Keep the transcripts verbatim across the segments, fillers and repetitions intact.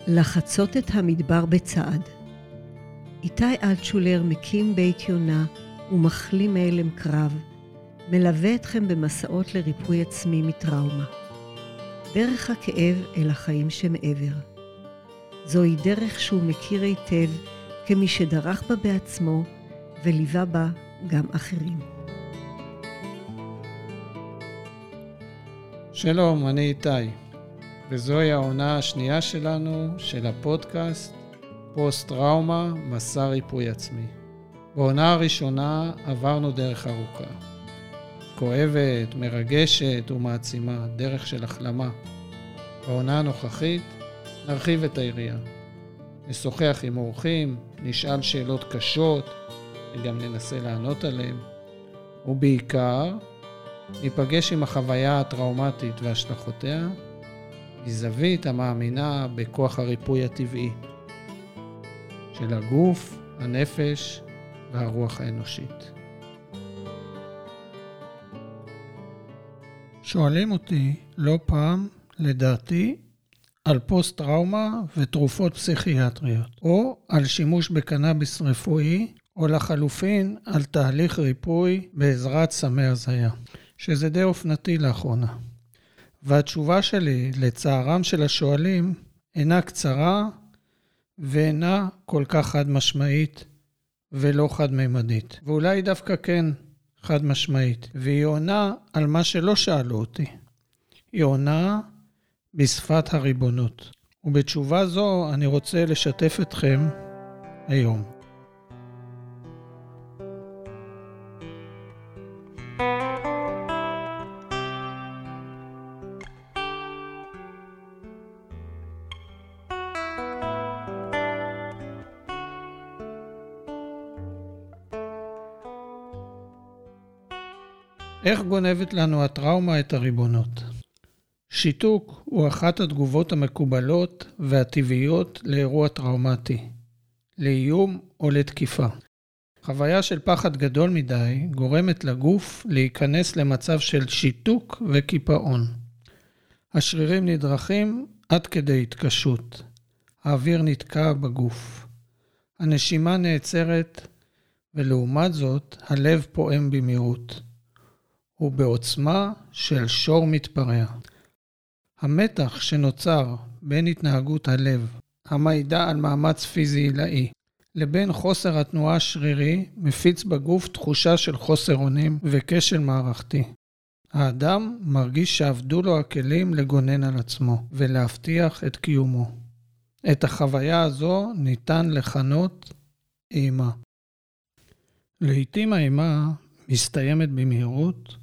לחצות את המדבר בצעד. איתי אלטשולר מקים בית יונה ומחלים מאלם קרב, מלווה אתכם במסעות לריפוי עצמי מטראומה. דרך הכאב אל החיים שמעבר. זוהי דרך שהוא מכיר היטב כמי שדרך בה בעצמו וליווה בה גם אחרים. שלום, אני איתי, וזוהי העונה השנייה שלנו של הפודקאסט פוסט-טראומה, מסע ריפוי עצמי. בעונה הראשונה עברנו דרך ארוכה. כואבת, מרגשת ומעצימה, דרך של החלמה. בעונה הנוכחית נרחיב את היריעה. נשוחח עם אורחים, נשאל שאלות קשות, וגם ננסה לענות עליהן. ובעיקר, ניפגש עם החוויה הטראומטית והשלכותיה, מזווית המאמינה בכוח הריפוי הטבעי של הגוף, הנפש והרוח האנושית. שואלים אותי לא פעם, לדעתי, על פוסט-טראומה ותרופות פסיכיאטריות, או על שימוש בקנאביס רפואי, או לחלופין על תהליך ריפוי בעזרת סמי הזיה, שזה די אופנתי לאחרונה. והתשובה שלי לצערם של השואלים אינה קצרה ואינה כל כך חד משמעית ולא חד מימדית. ואולי דווקא כן חד משמעית. והיא עונה על מה שלא שאלו אותי. היא עונה בשפת הריבונות. ובתשובה זו אני רוצה לשתף אתכם היום. איך גונבת לנו הטראומה את הריבונות? שיתוק הוא אחת התגובות המקובלות והטבעיות לאירוע טראומטי, לאיום או לתקיפה. חוויה של פחד גדול מדי גורמת לגוף להיכנס למצב של שיתוק וקיפאון. השרירים נדרכים עד כדי התקשות. האוויר נתקע בגוף. הנשימה נעצרת, ולעומת זאת הלב פועם במהירות. הוא בעוצמה של שור מתפרע. המתח שנוצר בין התנהגות הלב, המעידה על מאמץ פיזי עילאי, לבין חוסר התנועה השרירי, מפיץ בגוף תחושה של חוסר אונים וכשל מערכתי. האדם מרגיש שעבדו לו הכלים לגונן על עצמו ולהבטיח את קיומו. את החוויה הזו ניתן לכנות אימה. לעתים האימה מסתיימת במהירות,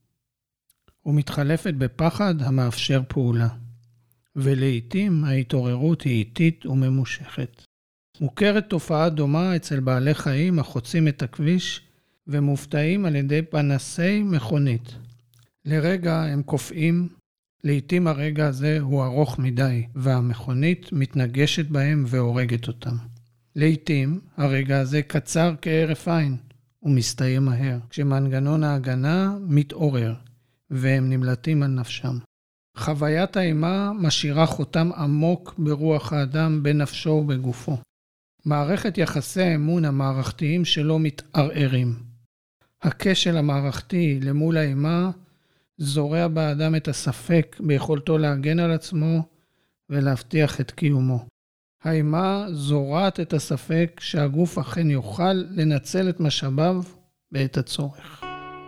ומתחלפת בפחד המאפשר פעולה. ולעיתים ההתעוררות היא איטית וממושכת. מוכרת תופעה דומה אצל בעלי חיים החוצים את הכביש ומופתעים על ידי פנסי מכונית. לרגע הם קופאים, לעיתים הרגע הזה הוא ארוך מדי והמכונית מתנגשת בהם והורגת אותם. לעיתים הרגע הזה קצר כהרף עין ומסתיים מהר, כשמנגנון ההגנה מתעורר. והם נמלטים על נפשם. חוויית האימה משאירה חותם עמוק ברוח האדם בנפשו ובגופו. מערכת יחסי האמון המערכתיים שלו מתערערים. הכשל המערכתי למול האימה זורע באדם את הספק ביכולתו להגן על עצמו ולהבטיח את קיומו. האימה זורעת את הספק שהגוף אכן יוכל לנצל את משאביו בעת הצורך.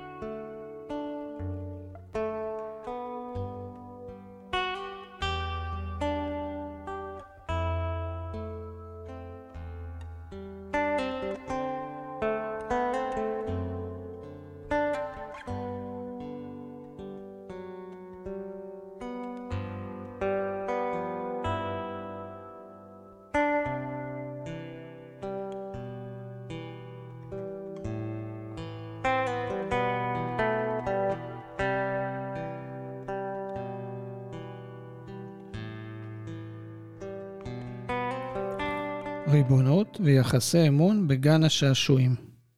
ריבונות ויחסי אמון בגן השעשועים.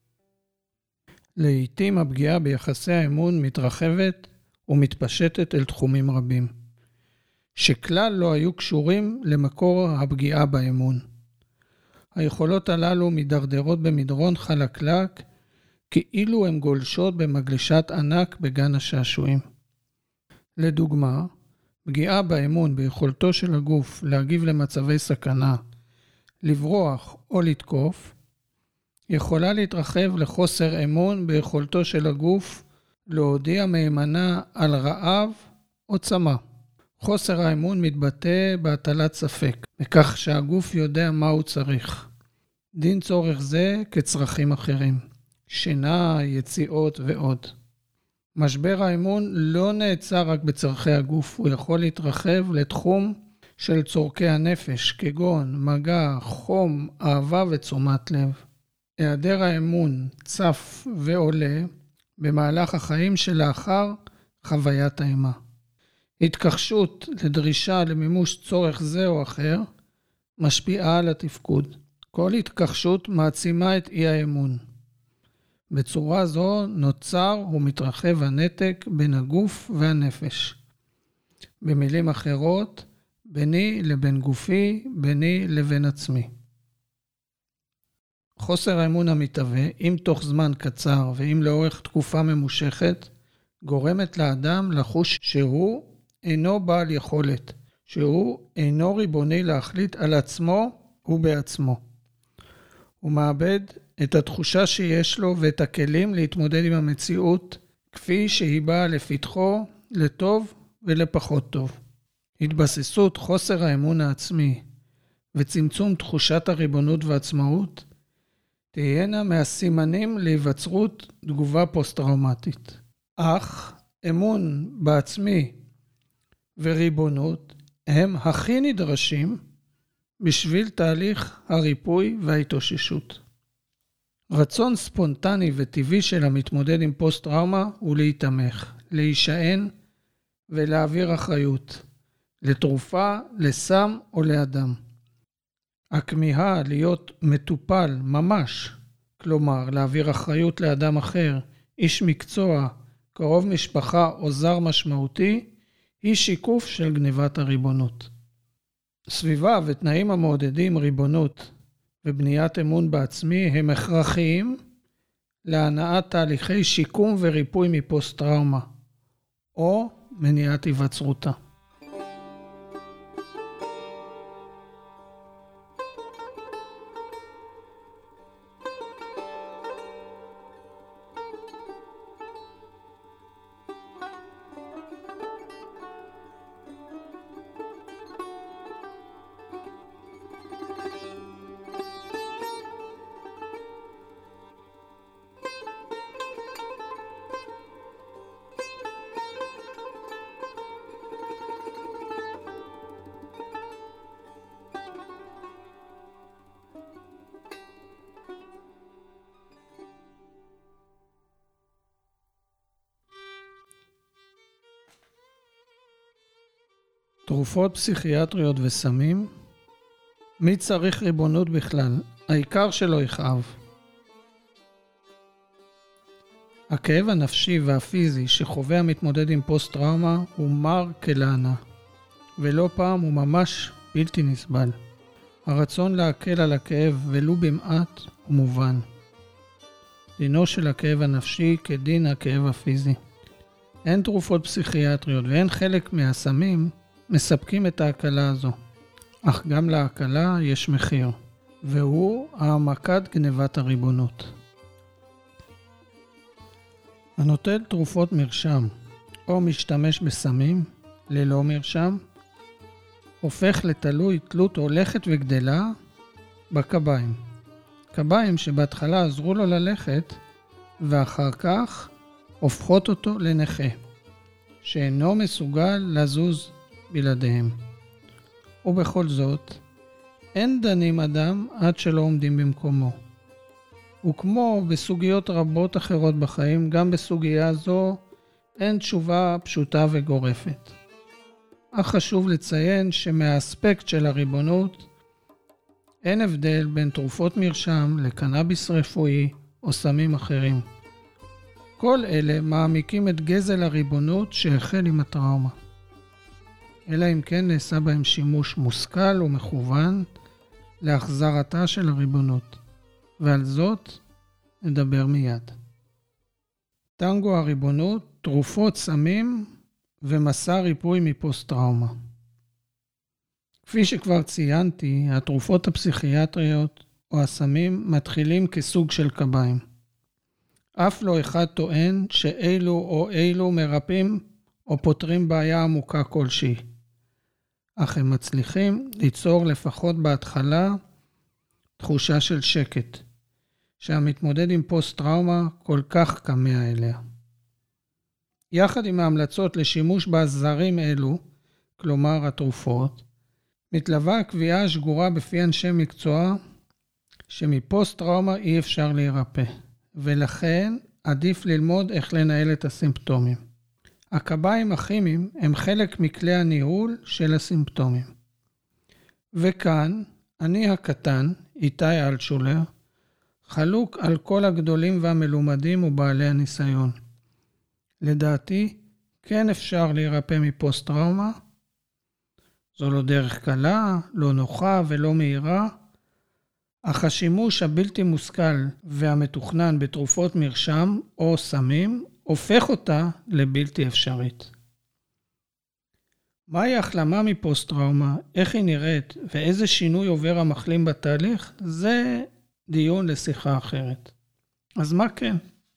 לעתים הפגיעה ביחסי האמון מתרחבת ומתפשטת אל תחומים רבים. שכלל לא היו קשורים למקור הפגיעה באמון. היכולות הללו מדרדרות במדרון חלקלק, כאילו הן גולשות במגלשת ענק בגן השעשועים. לדוגמה, פגיעה באמון ביכולתו של הגוף להגיב למצבי סכנה, לברוח או לתקוף, יכולה להתרחב לחוסר אמון ביכולתו של הגוף להודיע מהימנה על רעב או צמא. חוסר האמון מתבטא בהטלת ספק, בכך שהגוף יודע מה הוא צריך. דין צורך זה כצרכים אחרים, שינה, יציאות ועוד. משבר האמון לא נעצר רק בצרכי הגוף, הוא יכול להתרחב לתחום של צורכי הנפש, כגון מגע, חום, אהבה ותשומת לב. היעדר האמון צף ועולה במהלך החיים שלאחר חוויית האימה. התכחשות לדרישה למימוש צורך זה או אחר משפיעה על התפקוד. כל התכחשות מעצימה את אי האמון. בצורה זו נוצר ומתרחב הנתק בין הגוף והנפש. במילים אחרות, ביני לבין גופי, ביני לבין עצמי. חוסר האמון המתהווה, אם תוך זמן קצר ואם לאורך תקופה ממושכת, גורמת לאדם לחוש שהוא אינו בעל יכולת, שהוא אינו ריבוני להחליט על עצמו ובעצמו. הוא מאבד את התחושה שיש לו ואת הכלים להתמודד עם המציאות, כפי שהיא באה לפתחו, לטוב ולפחות טוב. התבססות חוסר האמון העצמי וצמצום תחושת הריבונות והעצמאות תהיינה מהסימנים להיווצרות תגובה פוסט-טראומטית. אך אמון בעצמי וריבונות הם הכי נדרשים בשביל תהליך הריפוי וההתאוששות. רצון ספונטני וטבעי של המתמודד עם פוסט-טראומה הוא להתמך, להישען ולהעביר אחריות, לתרופה, לסם או לאדם. הכמיהה להיות מטופל ממש, כלומר להעביר אחריות לאדם אחר, איש מקצוע, קרוב משפחה או זר משמעותי, היא שיקוף של גניבת הריבונות. סביבה ותנאים המעודדים ריבונות ובניית אמון בעצמי הם הכרחיים להנעת תהליכי שיקום וריפוי מפוסט-טראומה או מניעת היווצרותה. תרופות פסיכיאטריות וסמים, מי צריך ריבונות בכלל? העיקר שלא יכאב. הכאב הנפשי והפיזי שחווה המתמודד עם פוסט-טראומה הוא מר כלענה, ולא פעם הוא ממש בלתי נסבל. הרצון להקל על הכאב ולו במעט הוא מובן. דינו של הכאב הנפשי כדין הכאב הפיזי. אין תרופות פסיכיאטריות ואין חלק מהסמים מספקים את ההקלה הזו. אך גם להקלה יש מחיר, והוא העמקת גניבת הריבונות. הנוטל תרופות מרשם או משתמש בסמים ללא מרשם, הופך לתלוי תלות הולכת וגדלה בקביים. קביים שבהתחלה עזרו לו ללכת, ואחר כך הופכות אותו לנכה, שאינו מסוגל לזוז בלעדיהם. ובכל זאת, אין דנים אדם עד שלא עומדים במקומו. וכמו בסוגיות רבות אחרות בחיים, גם בסוגיה זו אין תשובה פשוטה וגורפת. אך חשוב לציין שמהאספקט של הריבונות, אין הבדל בין תרופות מרשם לקנאביס רפואי או סמים אחרים. כל אלה מעמיקים את גזל הריבונות שהחל עם הטראומה. אלא אם כן נעשה בהם שימוש מושכל ומכוון להחזרתה של הריבונות, ועל זאת נדבר מיד. טנגו הריבונות, תרופות, סמים ומסע ריפוי מפוסט-טראומה. כפי שכבר ציינתי, התרופות הפסיכיאטריות או הסמים מתחילים כסוג של קביים. אף לא אחד טוען שאילו או אילו מרפאים או פותרים בעיה עמוקה כלשהי. אך הם מצליחים ליצור לפחות בהתחלה תחושה של שקט, שהמתמודד עם פוסט-טראומה כל כך כמה אליה. יחד עם ההמלצות לשימוש בעזרים אלו, כלומר התרופות, מתלווה הקביעה השגורה בפי אנשי מקצוע שמפוסט-טראומה אי אפשר להירפא, ולכן עדיף ללמוד איך לנהל את הסימפטומים. הקביים הכימיים הם חלק מכלי הניהול של הסימפטומים. וכאן, אני הקטן, איתי אלטשולר, חלוק על כל הגדולים והמלומדים ובעלי הניסיון. לדעתי, כן אפשר להירפא מפוסט-טראומה. זו לא דרך קלה, לא נוחה ולא מהירה, אך השימוש הבלתי מושכל והמתוכנן בתרופות מרשם או סמים הופך אותה לבלתי אפשרית. מהי החלמה מפוסט-טראומה, איך היא נראית ואיזה שינוי עובר המחלים בתהליך, זה דיון לשיחה אחרת. אז מה כן?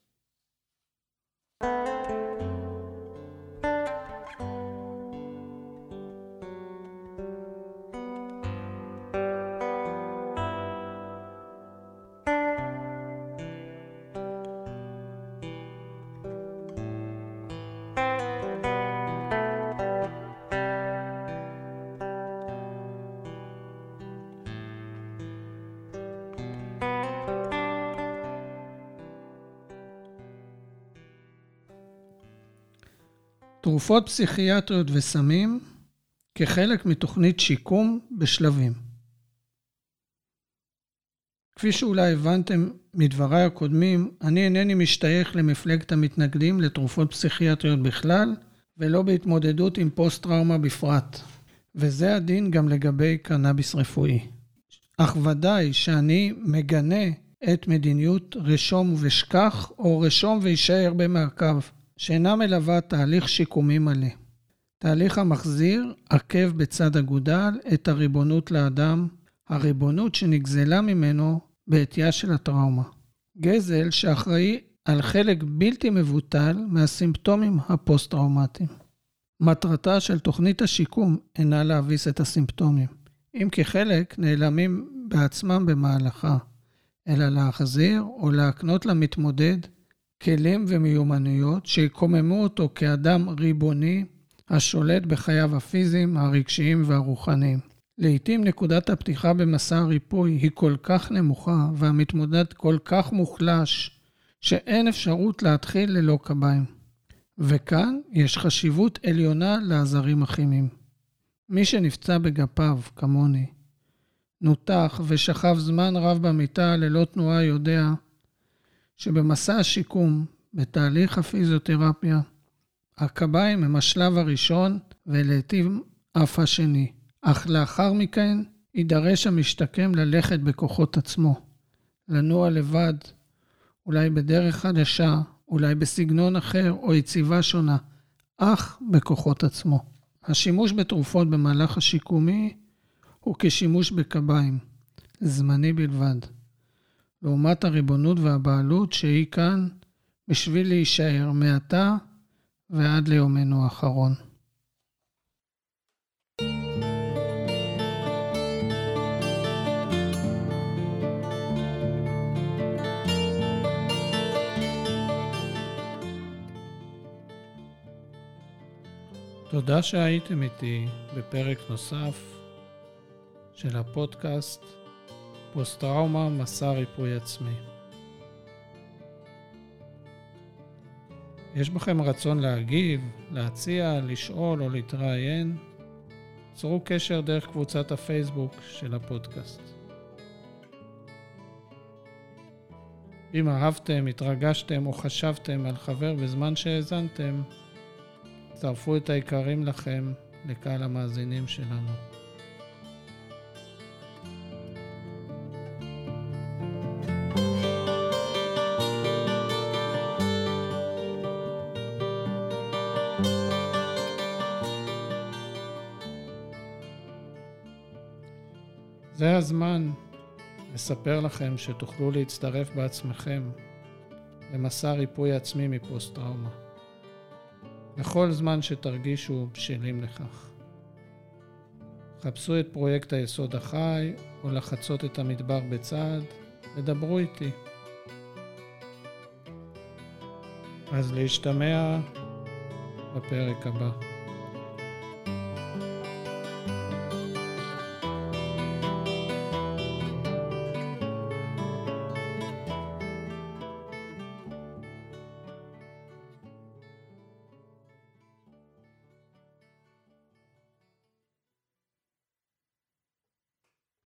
תרופות פסיכיאטריות וסמים כחלק מתוכנית שיקום בשלבים. כפי שאולי הבנתם מדבריי הקודמים, אני אינני משתייך למפלגת המתנגדים לתרופות פסיכיאטריות בכלל, ולא בהתמודדות עם פוסט-טראומה בפרט. וזה הדין גם לגבי קנאביס רפואי. אך ודאי שאני מגנה את מדיניות רשום ושכח, או רשום וישאר במרכב, שאינה מלווה תהליך שיקומי מלא. תהליך המחזיר עקב בצד אגודל את הריבונות לאדם, הריבונות שנגזלה ממנו בעטייה של הטראומה. גזל שאחראי על חלק בלתי מבוטל מהסימפטומים הפוסט-טראומטיים. מטרתה של תוכנית השיקום אינה להביס את הסימפטומים, אם כחלק נעלמים בעצמם במהלכה, אלא להחזיר או להקנות למתמודד כלים ומיומנויות שיקוממו אותו כאדם ריבוני השולט בחייו הפיזיים, הרגשיים והרוחניים. לעתים נקודת הפתיחה במסע הריפוי היא כל כך נמוכה והמתמודד כל כך מוחלש שאין אפשרות להתחיל ללא קביים. וכאן יש חשיבות עליונה לעזרים הכימיים. מי שנפצע בגפיו, כמוני, נותח ושכב זמן רב במיטה ללא תנועה יודע שבמסע השיקום, בתהליך הפיזיותרפיה, הקביים הם השלב הראשון ולעתים אף השני. אך לאחר מכן יידרש המשתקם ללכת בכוחות עצמו, לנוע לבד, אולי בדרך חדשה, אולי בסגנון אחר או יציבה שונה, אך בכוחות עצמו. השימוש בתרופות במהלך השיקומי הוא כשימוש בקביים, זמני בלבד. לעומת הריבונות והבעלות שהיא כאן בשביל להישאר מעתה ועד ליומנו האחרון. תודה שהייתם איתי בפרק נוסף של הפודקאסט פוסט-טראומה מסע ריפוי עצמי. יש בכם רצון להגיב, להציע, לשאול או להתראיין? צרו קשר דרך קבוצת הפייסבוק של הפודקאסט. אם אהבתם, התרגשתם או חשבתם על חבר בזמן שהאזנתם, צרפו את העיקרים לכם לקהל המאזינים שלנו. זה הזמן לספר לכם שתוכלו להצטרף בעצמכם למסע ריפוי עצמי מפוסט-טראומה. בכל זמן שתרגישו בשלים לכך. חפשו את פרויקט היסוד החי או לחצות את המדבר בצעד ודברו איתי. אז להשתמע בפרק הבא.